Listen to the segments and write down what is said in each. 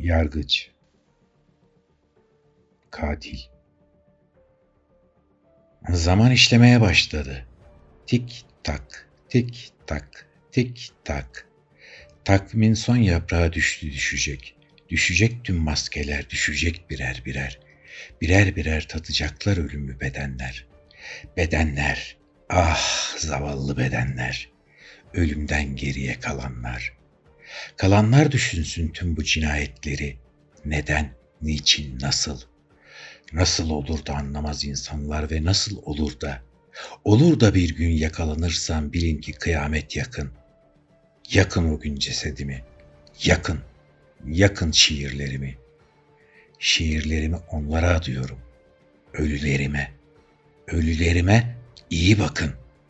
Yargıç, katil. Zaman işlemeye başladı. Tik tak, tik tak, tik tak. Takvimin son yaprağı düşecek. Düşecek tüm maskeler, düşecek birer birer. Birer birer tadacaklar ölümü bedenler. Bedenler, ah zavallı bedenler. Ölümden geriye kalanlar. Kalanlar düşünsün tüm bu cinayetleri. Neden, niçin, nasıl? Nasıl olur da anlamaz insanlar ve nasıl olur da bir gün yakalanırsam bilin ki kıyamet yakın. Yakın o gün cesedimi, yakın, yakın şiirlerimi. Şiirlerimi onlara adıyorum. Ölülerime iyi bakın.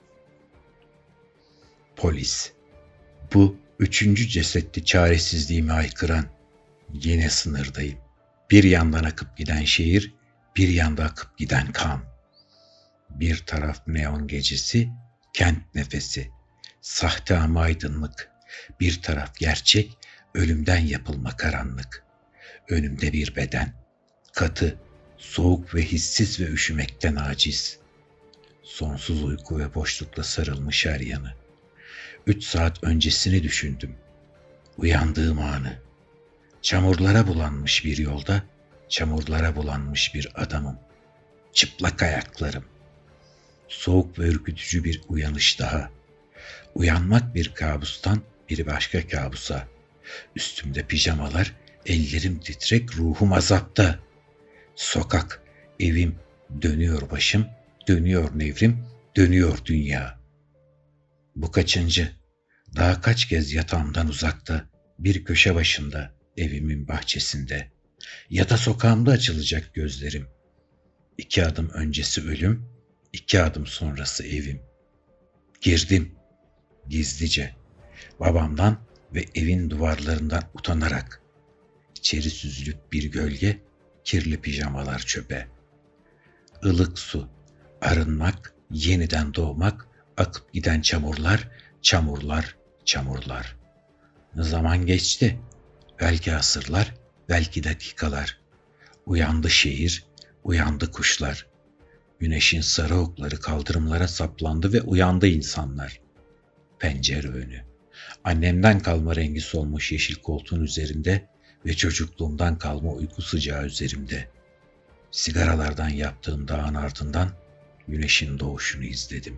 Polis, bu üçüncü cesetti çaresizliğimi haykıran. Yine sınırdayım. Bir yandan akıp giden şehir, bir yanda akıp giden kan. Bir taraf neon gecesi, kent nefesi, sahte ama aydınlık. Bir taraf gerçek, ölümden yapılma karanlık. Önümde bir beden, katı, soğuk ve hissiz ve üşümekten aciz. Sonsuz uyku ve boşlukla sarılmış her yanı. 3 saat öncesini düşündüm. Uyandığım anı. Çamurlara bulanmış bir yolda, çamurlara bulanmış bir adamım. Çıplak ayaklarım. Soğuk ve ürkütücü bir uyanış daha. Uyanmak bir kabustan bir başka kabusa. Üstümde pijamalar, ellerim titrek, ruhum azapta. Sokak, evim, dönüyor başım, dönüyor nevrim, dönüyor dünya. Bu kaçıncı? Daha kaç kez yatağımdan uzakta, bir köşe başında, evimin bahçesinde. Ya da sokağımda açılacak gözlerim. 2 adım öncesi ölüm, 2 adım sonrası evim. Girdim, gizlice, babamdan ve evin duvarlarından utanarak. İçeri süzülüp bir gölge, kirli pijamalar çöpe. Ilık su, arınmak, yeniden doğmak, akıp giden çamurlar, çamurlar, çamurlar. Zaman geçti, belki asırlar, belki dakikalar. Uyandı şehir, uyandı kuşlar. Güneşin sarı okları kaldırımlara saplandı ve uyandı insanlar. Pencere önü. Annemden kalma rengi solmuş yeşil koltuğun üzerinde ve çocukluğumdan kalma uyku sıcağı üzerimde. Sigaralardan yaptığım dağın ardından güneşin doğuşunu izledim.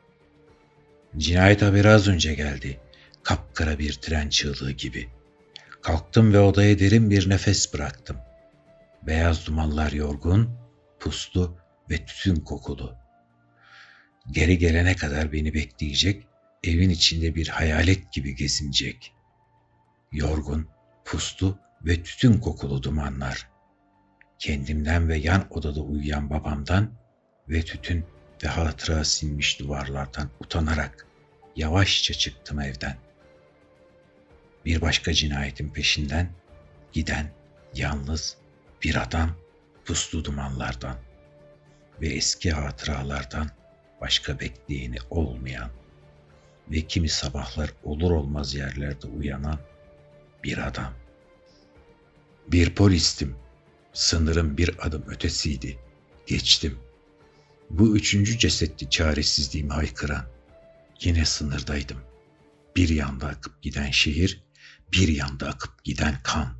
Cinayet haberi az önce geldi. Kapkara bir tren çığlığı gibi. Kalktım ve odaya derin bir nefes bıraktım. Beyaz dumanlar yorgun, puslu ve tütün kokulu. Geri gelene kadar beni bekleyecek, evin içinde bir hayalet gibi gezinecek. Yorgun, puslu ve tütün kokulu dumanlar. Kendimden ve yan odada uyuyan babamdan ve tütün ve hatıra sinmiş duvarlardan utanarak yavaşça çıktım evden. Bir başka cinayetin peşinden giden yalnız bir adam puslu dumanlardan ve eski hatıralardan başka bekleyeni olmayan ve kimi sabahlar olur olmaz yerlerde uyanan bir adam. Bir polistim. Sınırın bir adım ötesiydi. Geçtim. Bu üçüncü cesetti çaresizliğimi haykıran. Yine sınırdaydım. Bir yanda akıp giden şehir, bir yanda akıp giden kan.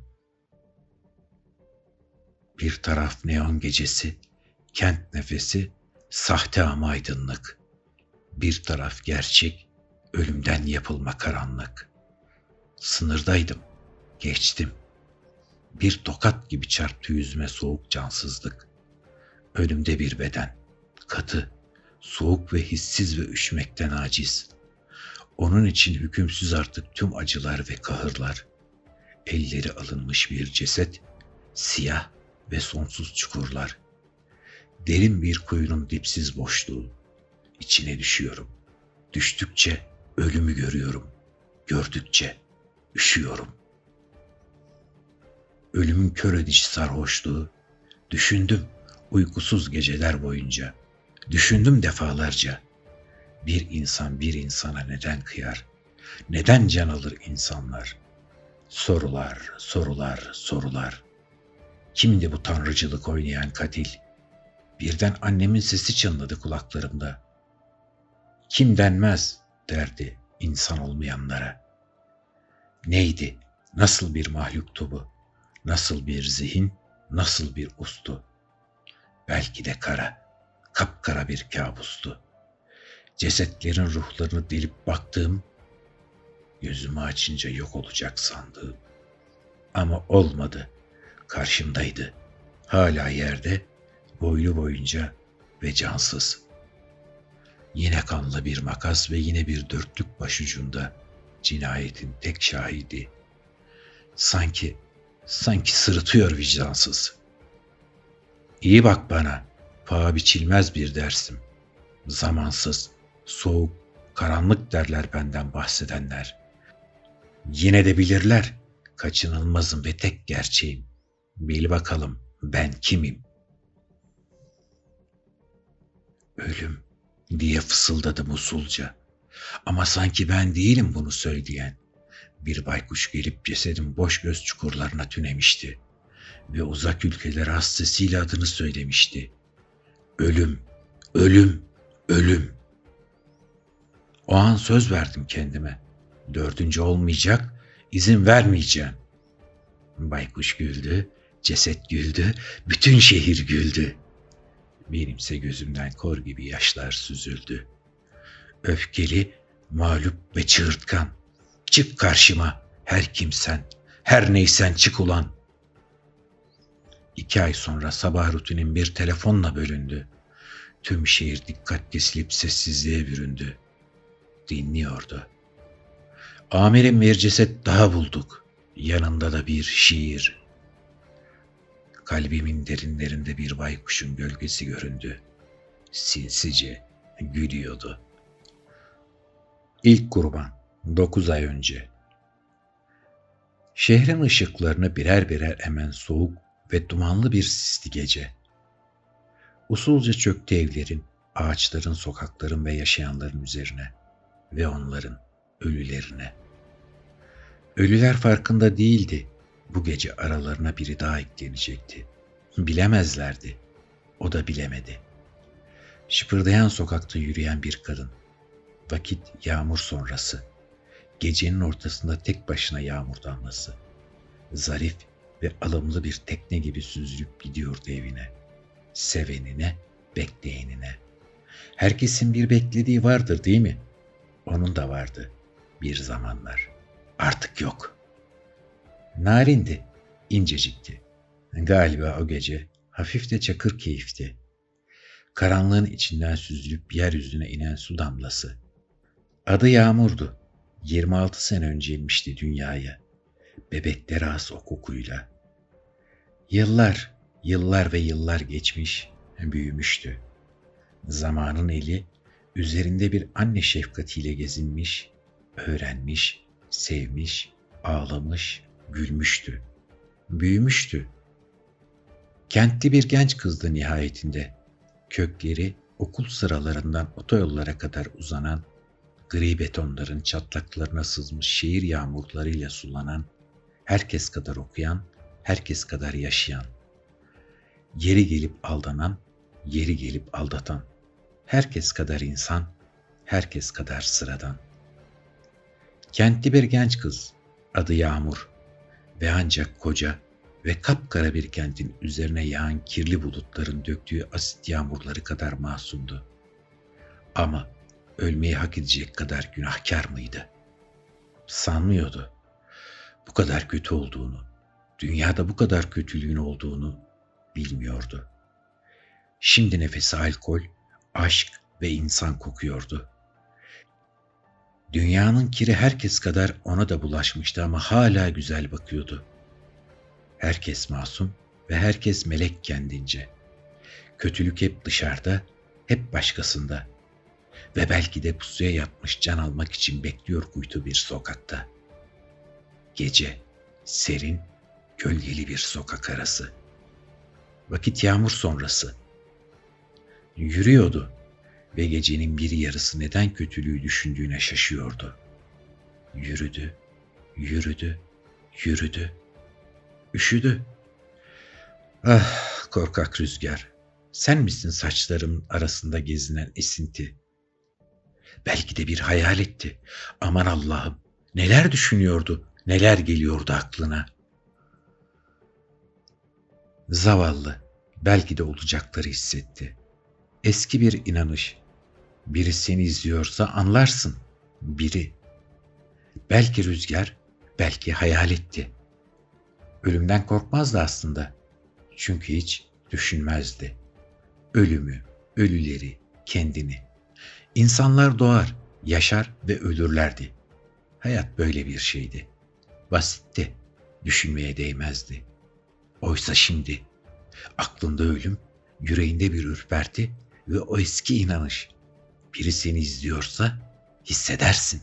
Bir taraf neon gecesi, kent nefesi, sahte ama aydınlık. Bir taraf gerçek, ölümden yapılma karanlık. Sınırdaydım, geçtim. Bir tokat gibi çarptı yüzüme soğuk cansızlık. Önümde bir beden, katı, soğuk ve hissiz ve üşümekten aciz. Onun için hükümsüz artık tüm acılar ve kahırlar. Elleri alınmış bir ceset, siyah ve sonsuz çukurlar. Derin bir kuyunun dipsiz boşluğu. İçine düşüyorum. Düştükçe ölümü görüyorum. Gördükçe üşüyorum. Ölümün kör edici sarhoşluğu. Düşündüm uykusuz geceler boyunca. Düşündüm defalarca. Bir insan bir insana neden kıyar? Neden can alır insanlar? Sorular, sorular, sorular. Kimdi bu tanrıcılık oynayan katil? Birden annemin sesi çınladı kulaklarımda. Kim denmez derdi insan olmayanlara. Neydi? Nasıl bir mahluktu bu? Nasıl bir zihin? Nasıl bir ustu? Belki de kara, kapkara bir kabustu. Cesetlerin ruhlarını delip baktığım, gözümü açınca yok olacak sandığım. Ama olmadı. Karşımdaydı. Hala yerde, boylu boyunca ve cansız. Yine kanlı bir makas ve yine bir dörtlük başucunda cinayetin tek şahidi. Sanki sırıtıyor vicdansız. İyi bak bana, paha biçilmez bir dersim. Zamansız, soğuk, karanlık derler benden bahsedenler. Yine de bilirler, kaçınılmazım ve tek gerçeğim. Bil bakalım ben kimim? Ölüm diye fısıldadım usulca. Ama sanki ben değilim bunu söyleyen. Bir baykuş gelip cesedin boş göz çukurlarına tünemişti ve uzak ülkelere has sesiyle adını söylemişti. Ölüm, ölüm, ölüm. O an söz verdim kendime. Dördüncü olmayacak, izin vermeyeceğim. Baykuş güldü, ceset güldü, bütün şehir güldü. Benimse gözümden kor gibi yaşlar süzüldü. Öfkeli, mağlup ve çığırtkan. Çık karşıma, her kimsen, her neysen çık ulan. 2 ay sonra sabah rutinin bir telefonla bölündü. Tüm şehir dikkat kesilip sessizliğe büründü. Dinliyordu. Amirim bir ceset daha bulduk. Yanında da bir şiir. Kalbimin derinlerinde bir baykuşun gölgesi göründü. Sinsice gülüyordu. İlk kurban 9 ay önce. Şehrin ışıklarını birer birer emen soğuk ve dumanlı bir sisli gece. Usulca çöktü evlerin, ağaçların, sokakların ve yaşayanların üzerine ve onların ölülerine. Ölüler farkında değildi. Bu gece aralarına biri daha eklenecekti. Bilemezlerdi. O da bilemedi. Şıpırdayan sokakta yürüyen bir kadın. Vakit yağmur sonrası. Gecenin ortasında tek başına yağmur damlası. Zarif ve alımlı bir tekne gibi süzülüp gidiyordu evine. Sevenine, bekleyenine. Herkesin bir beklediği vardır değil mi? Onun da vardı bir zamanlar. Artık yok. Narindi, incecikti. Galiba o gece hafif de çakır keyifti. Karanlığın içinden süzülüp yeryüzüne inen su damlası. Adı Yağmur'du. 26 sene önce inmişti dünyaya. Bebekleri az o kokuyla. Yıllar, yıllar ve yıllar geçmiş, büyümüştü. Zamanın eli üzerinde bir anne şefkatiyle gezinmiş, öğrenmiş, sevmiş, ağlamış, gülmüştü. Büyümüştü. Kentli bir genç kızdı nihayetinde. Kökleri okul sıralarından otoyollara kadar uzanan, gri betonların çatlaklarına sızmış şehir yağmurlarıyla sulanan, herkes kadar okuyan, herkes kadar yaşayan. Yeri gelip aldanan, yeri gelip aldatan. Herkes kadar insan, herkes kadar sıradan. Kentli bir genç kız, adı Yağmur ve ancak koca ve kapkara bir kentin üzerine yağan kirli bulutların döktüğü asit yağmurları kadar masumdu. Ama ölmeyi hak edecek kadar günahkar mıydı? Sanmıyordu. Bu kadar kötü olduğunu, dünyada bu kadar kötülüğün olduğunu bilmiyordu. Şimdi nefesi alkol, aşk ve insan kokuyordu. Dünyanın kiri herkes kadar ona da bulaşmıştı ama hala güzel bakıyordu. Herkes masum ve herkes melek kendince. Kötülük hep dışarıda, hep başkasında. Ve belki de pusuya yatmış can almak için bekliyor kuytu bir sokakta. Gece, serin, gölgeli bir sokak arası. Vakit yağmur sonrası. Yürüyordu ve gecenin bir yarısı neden kötülüğü düşündüğüne şaşıyordu. Yürüdü, yürüdü Yürüdü, üşüdü. Ah korkak rüzgar, sen misin saçlarımın arasında gezinen esinti? Belki de bir hayal etti. Aman Allah'ım, neler düşünüyordu, neler geliyordu aklına. Zavallı, belki de olacakları hissetti. Eski bir inanış. Biri seni izliyorsa anlarsın. Biri. Belki rüzgar, belki hayal etti. Ölümden korkmazdı aslında. Çünkü hiç düşünmezdi. Ölümü, ölüleri, kendini. İnsanlar doğar, yaşar ve ölürlerdi. Hayat böyle bir şeydi. Basitti, düşünmeye değmezdi. Oysa şimdi aklında ölüm, yüreğinde bir ürperti ve o eski inanış. Biri seni izliyorsa hissedersin.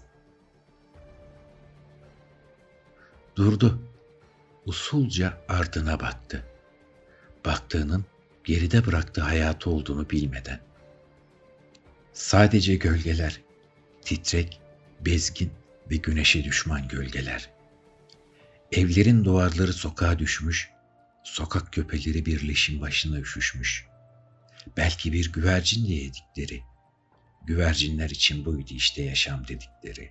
Durdu. Usulca ardına baktı. Baktığının geride bıraktığı hayatı olduğunu bilmeden. Sadece gölgeler, titrek, bezgin ve güneşe düşman gölgeler. Evlerin duvarları sokağa düşmüş, sokak köpeleri bir leşin başına üşüşmüş. Belki bir güvercin yedikleri. Güvercinler için buydu işte yaşam dedikleri.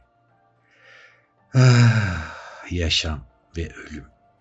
Ah, yaşam ve ölüm.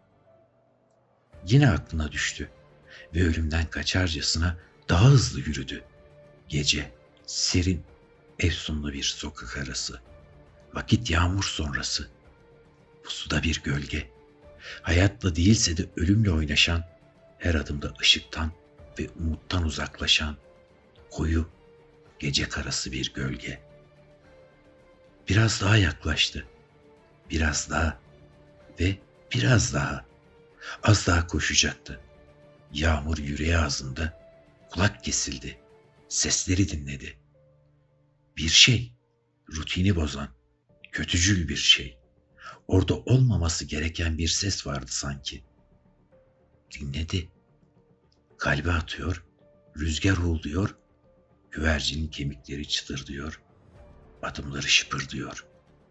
Yine aklına düştü ve ölümden kaçarcasına daha hızlı yürüdü. Gece, serin, efsunlu bir sokak arası. Vakit yağmur sonrası. Pusuda bir gölge. Hayatla değilse de ölümle oynaşan, her adımda ışıktan ve umuttan uzaklaşan, koyu, gece karası bir gölge. Biraz daha yaklaştı. Biraz daha ve biraz daha. Az daha koşacaktı. Yağmur yüreği ağzında, kulak kesildi. Sesleri dinledi. Bir şey, rutini bozan, kötücül bir şey. Orada olmaması gereken bir ses vardı sanki. Dinledi. Kalbi atıyor, rüzgar uğulduyor, güvercinin kemikleri çıtırdıyor, adımları şıpırdıyor.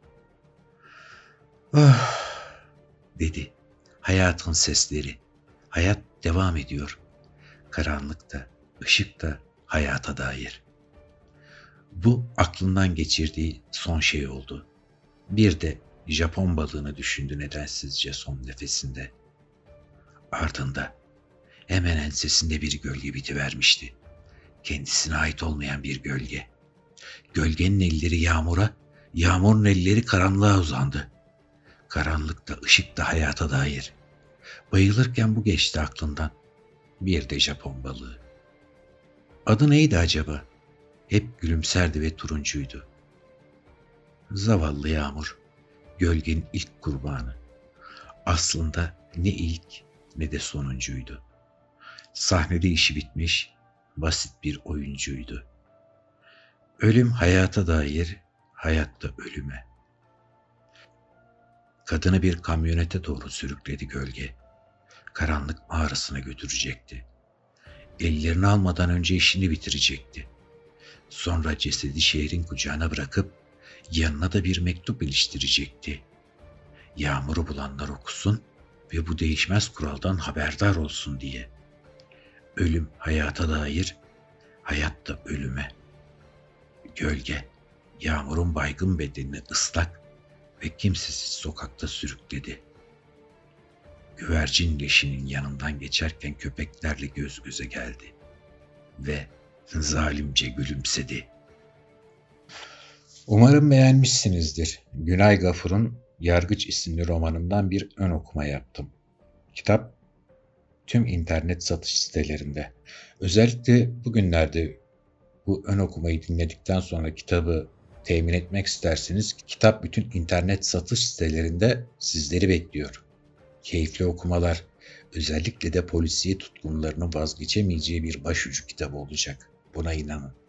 Ah, dedi. Hayatın sesleri. Hayat devam ediyor. Karanlıkta, ışıkta, hayata dair. Bu aklından geçirdiği son şey oldu. Bir de Japon balığını düşündü nedensizce son nefesinde. Ardında hemen ensesinde bir gölge bitivermişti. Kendisine ait olmayan bir gölge. Gölgenin elleri yağmura, yağmurun elleri karanlığa uzandı. Karanlıkta, ışıkta hayata dair. Bayılırken bu geçti aklından. Bir de Japon balığı. Adı neydi acaba? Hep gülümserdi ve turuncuydu. Zavallı yağmur, gölgenin ilk kurbanı. Aslında ne ilk ne de sonuncuydu. Sahnede işi bitmiş, basit bir oyuncuydu. Ölüm hayata dair, hayat da ölüme. Kadını bir kamyonete doğru sürükledi gölge. Karanlık mağarasına götürecekti. Ellerini almadan önce işini bitirecekti. Sonra cesedi şehrin kucağına bırakıp yanına da bir mektup iliştirecekti. Yağmuru bulanlar okusun ve bu değişmez kuraldan haberdar olsun diye. Ölüm hayata dair, hayat da ölüme. Gölge, yağmurun baygın bedenini ıslak ve kimsesiz sokakta sürükledi. Güvercin leşinin yanından geçerken köpeklerle göz göze geldi ve zalimce gülümsedi. Umarım beğenmişsinizdir. Günay Gafur'un Yargıç isimli romanından bir ön okuma yaptım. Kitap tüm internet satış sitelerinde. Özellikle bugünlerde bu ön okumayı dinledikten sonra kitabı temin etmek isterseniz kitap bütün internet satış sitelerinde sizleri bekliyor. Keyifli okumalar, özellikle de polisiye tutkunlarının vazgeçemeyeceği bir başucu kitabı olacak. Buna inanın.